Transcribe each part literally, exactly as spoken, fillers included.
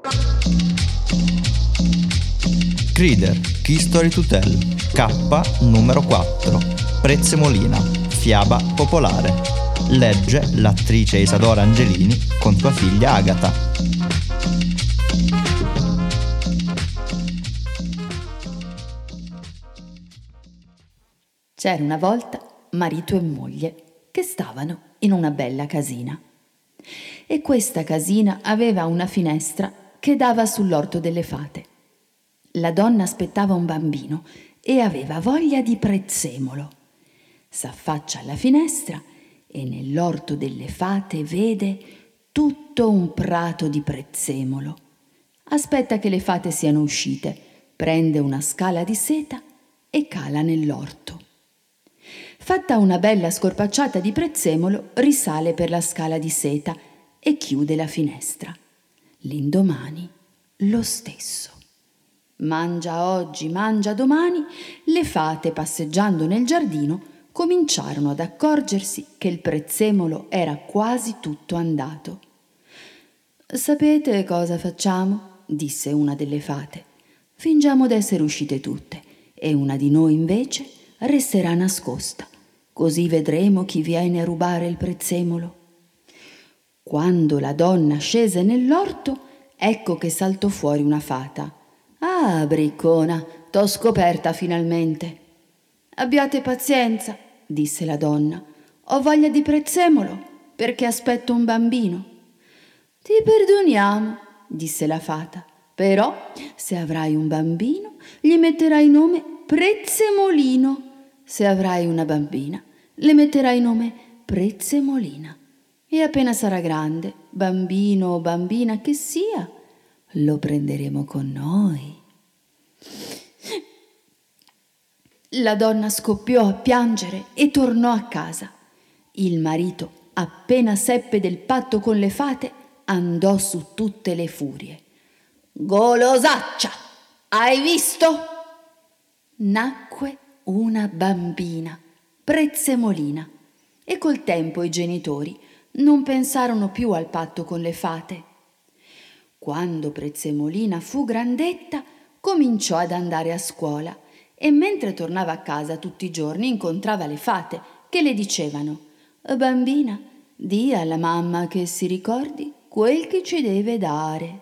Reader, Key Story to Tell, K numero quattro, Prezzemolina, fiaba popolare. Legge l'attrice Isadora Angelini con sua figlia Agata. C'era una volta marito e moglie che stavano in una bella casina. E questa casina aveva una finestra che dava sull'orto delle fate. La donna aspettava un bambino e aveva voglia di prezzemolo. S'affaccia alla finestra e nell'orto delle fate vede tutto un prato di prezzemolo. Aspetta che le fate siano uscite, prende una scala di seta e cala nell'orto. Fatta una bella scorpacciata di prezzemolo, risale per la scala di seta e chiude la finestra. L'indomani lo stesso. Mangia oggi, mangia domani, le fate, passeggiando nel giardino, cominciarono ad accorgersi che il prezzemolo era quasi tutto andato. «Sapete cosa facciamo?» disse una delle fate. «Fingiamo d'essere uscite tutte e una di noi invece resterà nascosta, così vedremo chi viene a rubare il prezzemolo». Quando la donna scese nell'orto, ecco che saltò fuori una fata. «Ah, briccona, t'ho scoperta finalmente». «Abbiate pazienza», disse la donna. «Ho voglia di prezzemolo, perché aspetto un bambino». «Ti perdoniamo», disse la fata, «però se avrai un bambino, gli metterai nome Prezzemolino. Se avrai una bambina, le metterai nome Prezzemolina. E appena sarà grande, bambino o bambina che sia, lo prenderemo con noi». La donna scoppiò a piangere e tornò a casa. Il marito, appena seppe del patto con le fate, andò su tutte le furie. «Golosaccia, hai visto?» Nacque una bambina, Prezzemolina, e col tempo i genitori non pensarono più al patto con le fate. Quando Prezzemolina fu grandetta, cominciò ad andare a scuola e mentre tornava a casa tutti i giorni incontrava le fate che le dicevano: «Bambina, di alla mamma che si ricordi quel che ci deve dare».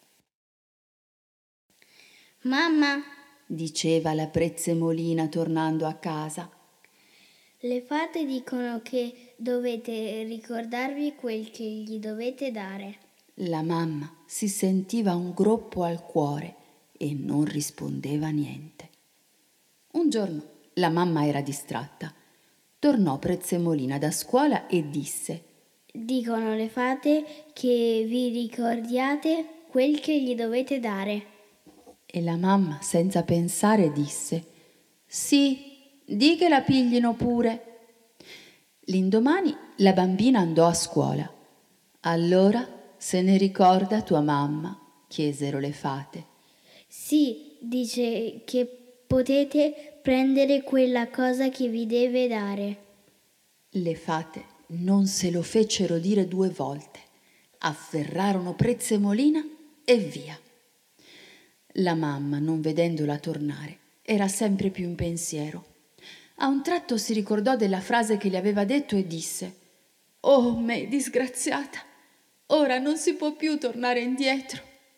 «Mamma», diceva la Prezzemolina tornando a casa, «le fate dicono che dovete ricordarvi quel che gli dovete dare». La mamma si sentiva un groppo al cuore e non rispondeva niente. Un giorno la mamma era distratta. Tornò Prezzemolina da scuola e disse: «Dicono le fate che vi ricordiate quel che gli dovete dare». E la mamma, senza pensare, disse: «Sì, di che la piglino pure». L'indomani la bambina andò a scuola. «Allora se ne ricorda tua mamma?» chiesero le fate. «Sì, dice che potete prendere quella cosa che vi deve dare». Le fate non se lo fecero dire due volte. Afferrarono Prezzemolina e via. La mamma, non vedendola tornare, era sempre più in pensiero. A un tratto si ricordò della frase che gli aveva detto e disse: «Oh, me disgraziata, ora non si può più tornare indietro».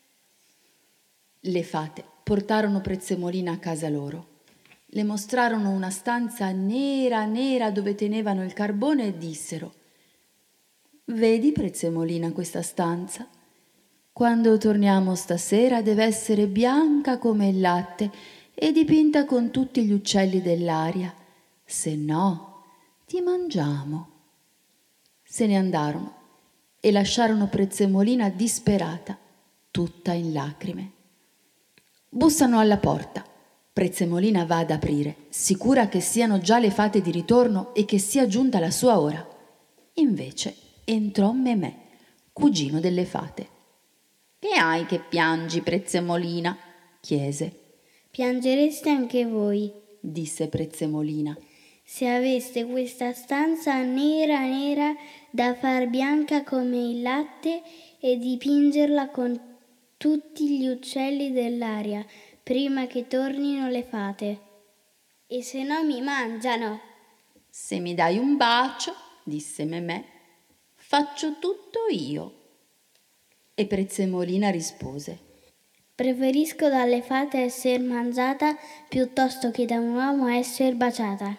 Le fate portarono Prezzemolina a casa loro. Le mostrarono una stanza nera nera dove tenevano il carbone e dissero: «Vedi, Prezzemolina, questa stanza? Quando torniamo stasera deve essere bianca come il latte e dipinta con tutti gli uccelli dell'aria, se no ti mangiamo». Se ne andarono e lasciarono Prezzemolina disperata, tutta in lacrime. Bussano alla porta. Prezzemolina va ad aprire, sicura che siano già le fate di ritorno e che sia giunta la sua ora. Invece entrò Memè, cugino delle fate. «Che hai che piangi, Prezzemolina?» chiese. «Piangereste anche voi», disse Prezzemolina, «se aveste questa stanza nera nera da far bianca come il latte e dipingerla con tutti gli uccelli dell'aria prima che tornino le fate. E se no mi mangiano. Se mi dai un bacio, disse Memè, faccio tutto io. E Prezzemolina rispose: Preferisco dalle fate essere mangiata piuttosto che da un uomo essere baciata.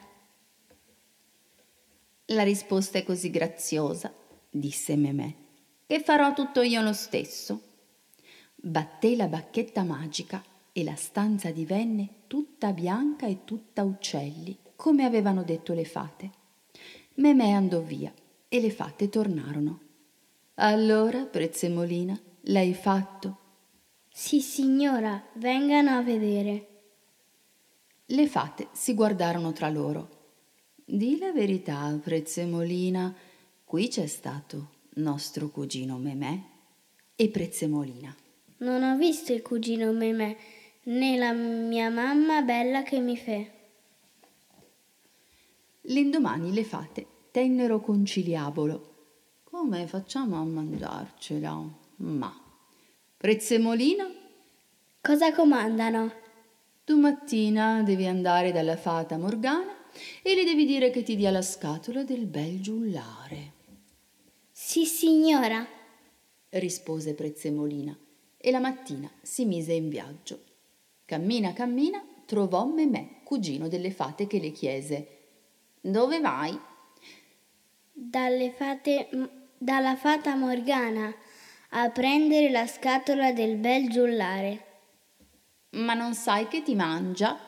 La risposta è così graziosa, disse Memè, che farò tutto io lo stesso. Batté la bacchetta magica e la stanza divenne tutta bianca e tutta uccelli, come avevano detto le fate. Memè andò via e le fate tornarono. Allora, Prezzemolina, l'hai fatto? Sì, signora, vengano a vedere. Le fate si guardarono tra loro. Di la verità, Prezzemolina, qui c'è stato nostro cugino Memè. E Prezzemolina: Non ho visto il cugino Memè, né la mia mamma bella che mi fe. L'indomani le fate tennero conciliabolo. Come facciamo a mangiarcela? Ma Prezzemolina, Cosa comandano? domattina devi andare dalla fata Morgana e le devi dire che ti dia la scatola del bel giullare. Sì, signora. Rispose Prezzemolina e la mattina si mise in viaggio. Cammina, cammina, trovò Memè, cugino delle fate, che le chiese: Dove vai? Dalle fate, dalla fata Morgana a prendere la scatola del bel giullare. Ma non sai che ti mangia?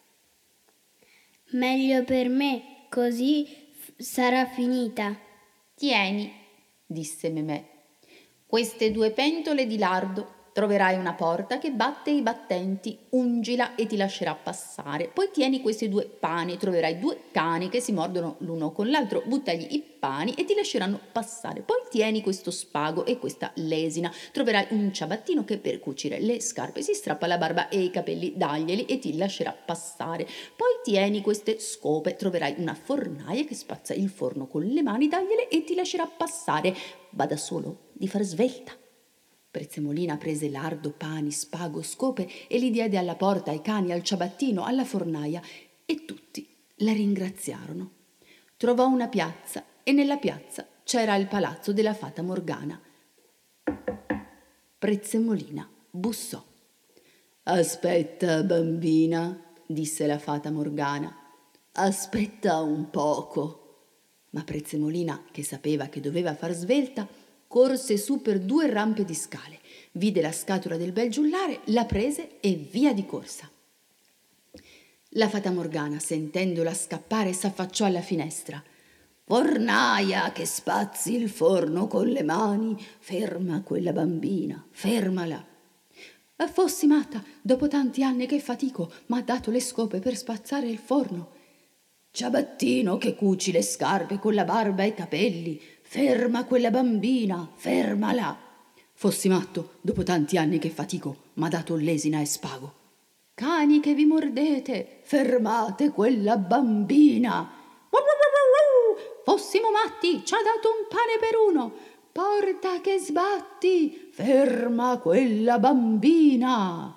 Meglio per me, così f- sarà finita. Tieni, disse Memè, queste due pentole di lardo. Troverai una porta che batte i battenti, ungila e ti lascerà passare. Poi tieni questi due pani, troverai due cani che si mordono l'uno con l'altro, buttagli i pani e ti lasceranno passare. Poi tieni questo spago e questa lesina, troverai un ciabattino che per cucire le scarpe si strappa la barba e i capelli, daglieli e ti lascerà passare. Poi tieni queste scope, troverai una fornaia che spazza il forno con le mani, dagliele e ti lascerà passare. Bada solo di far svelta. Prezzemolina prese lardo, pani, spago, scope e li diede alla porta, ai cani, al ciabattino, alla fornaia, e tutti la ringraziarono. Trovò una piazza e nella piazza c'era il palazzo della fata Morgana. Prezzemolina bussò. Aspetta, bambina, disse la fata Morgana. Aspetta un poco. Ma Prezzemolina, che sapeva che doveva far svelta, corse su per due rampe di scale, vide la scatola del bel giullare, la prese e via di corsa. La fata Morgana, sentendola scappare, s'affacciò alla finestra. Fornaia che spazzi il forno con le mani, ferma quella bambina, fermala. Fossi matta, dopo tanti anni che fatico, m'ha dato le scope per spazzare il forno. Ciabattino che cuci le scarpe con la barba e i capelli, ferma quella bambina, fermala. Fossi matto, dopo tanti anni che fatico, m'ha dato lesina e spago. Cani che vi mordete, fermate quella bambina. Fossimo matti, ci ha dato un pane per uno. Porta che sbatti, ferma quella bambina.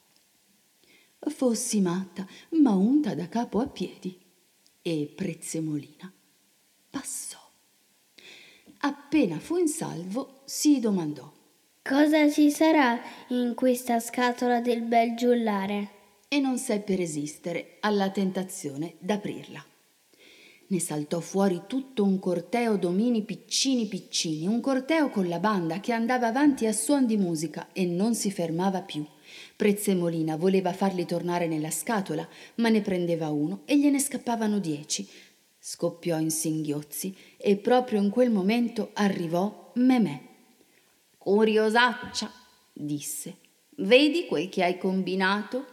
Fossi matta, ma unta da capo a piedi. E Prezzemolina passò. Appena fu in salvo, si domandò: Cosa ci sarà in questa scatola del bel giullare? E non seppe resistere alla tentazione d'aprirla. Ne saltò fuori tutto un corteo d'omini piccini piccini, un corteo con la banda che andava avanti a suon di musica e non si fermava più. Prezzemolina voleva farli tornare nella scatola, ma ne prendeva uno e gliene scappavano dieci. Scoppiò in singhiozzi e proprio in quel momento arrivò Memè. Curiosaccia, disse, vedi quel che hai combinato?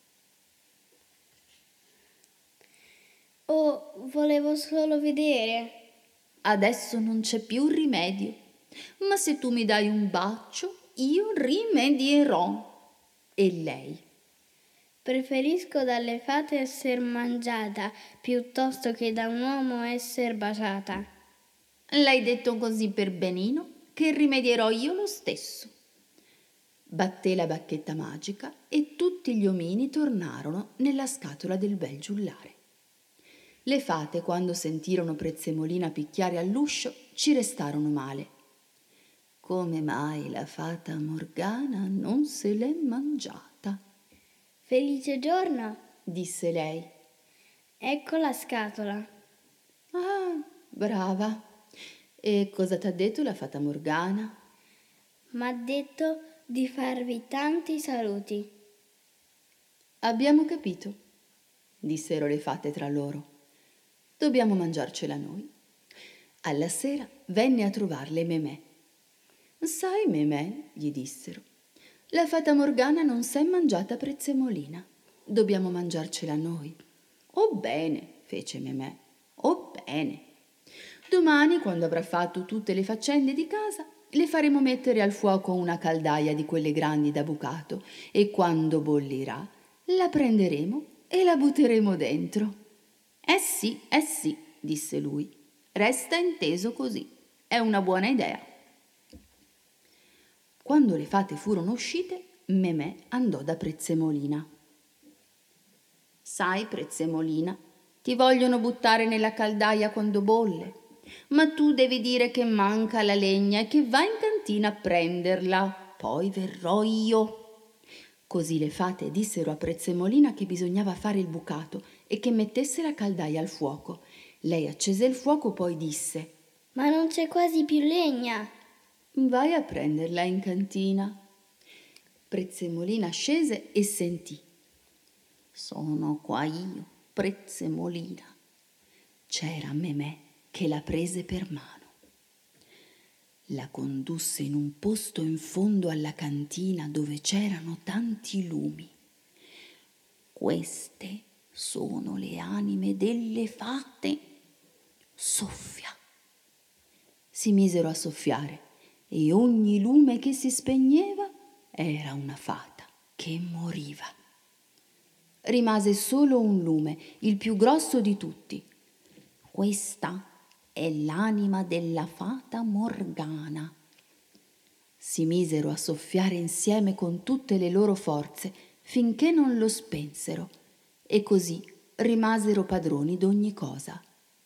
Oh, volevo solo vedere. Adesso non c'è più rimedio, ma se tu mi dai un bacio, io rimedierò. E lei? Preferisco dalle fate essere mangiata piuttosto che da un uomo essere baciata. L'hai detto così per benino che rimedierò io lo stesso. batté la bacchetta magica e tutti gli omini tornarono nella scatola del bel giullare. Le fate, quando sentirono Prezzemolina picchiare all'uscio, ci restarono male. Come mai la fata Morgana non se l'è mangiata? Felice giorno, disse lei. Ecco la scatola. Ah, brava. E cosa t'ha detto la fata Morgana? M'ha detto di farvi tanti saluti. Abbiamo capito, dissero le fate tra loro. Dobbiamo mangiarcela noi. Alla sera venne a trovarle Memè. Sai, Memè, gli dissero, la fata Morgana non s'è mangiata Prezzemolina. Dobbiamo mangiarcela noi. Oh bene, fece Memè. Oh bene. Domani, quando avrà fatto tutte le faccende di casa, le faremo mettere al fuoco una caldaia di quelle grandi da bucato e quando bollirà la prenderemo e la butteremo dentro. Eh sì, eh sì, disse lui. Resta inteso così. È una buona idea. Quando le fate furono uscite, Memè andò da Prezzemolina. Sai, Prezzemolina, ti vogliono buttare nella caldaia quando bolle, ma tu devi dire che manca la legna e che vai in cantina a prenderla. Poi verrò io. Così le fate dissero a Prezzemolina che bisognava fare il bucato e che mettesse la caldaia al fuoco. Lei accese il fuoco, poi disse: Ma non c'è quasi più legna. Vai a prenderla in cantina. Prezzemolina scese e sentì: sono qua io, Prezzemolina. C'era Memè che la prese per mano. La condusse in un posto in fondo alla cantina dove c'erano tanti lumi. Queste sono le anime delle fate. Soffia. Si misero a soffiare e ogni lume che si spegneva era una fata che moriva. Rimase solo un lume, il più grosso di tutti. Questa è l'anima della fata Morgana. Si misero a soffiare insieme con tutte le loro forze finché non lo spensero e così rimasero padroni d'ogni cosa.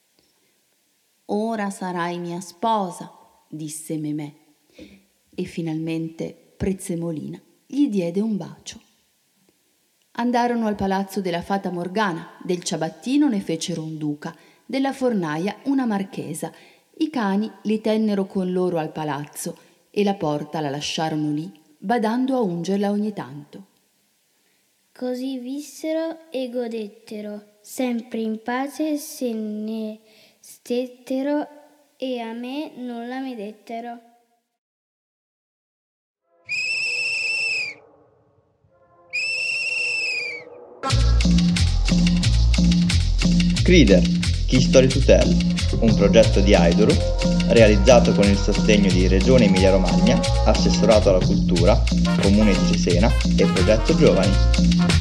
Ora sarai mia sposa, disse Memè, e finalmente Prezzemolina gli diede un bacio. Andarono al palazzo della fata Morgana, del ciabattino ne fecero un duca, della fornaia una marchesa. I cani li tennero con loro al palazzo e la porta la lasciarono lì, badando a ungerla ogni tanto. Così vissero e godettero, sempre in pace se ne stettero e a me nulla mi dettero. Crider, Key Story to Tell, un progetto di Aidoru, realizzato con il sostegno di Regione Emilia-Romagna, Assessorato alla Cultura, Comune di Cesena e Progetto Giovani.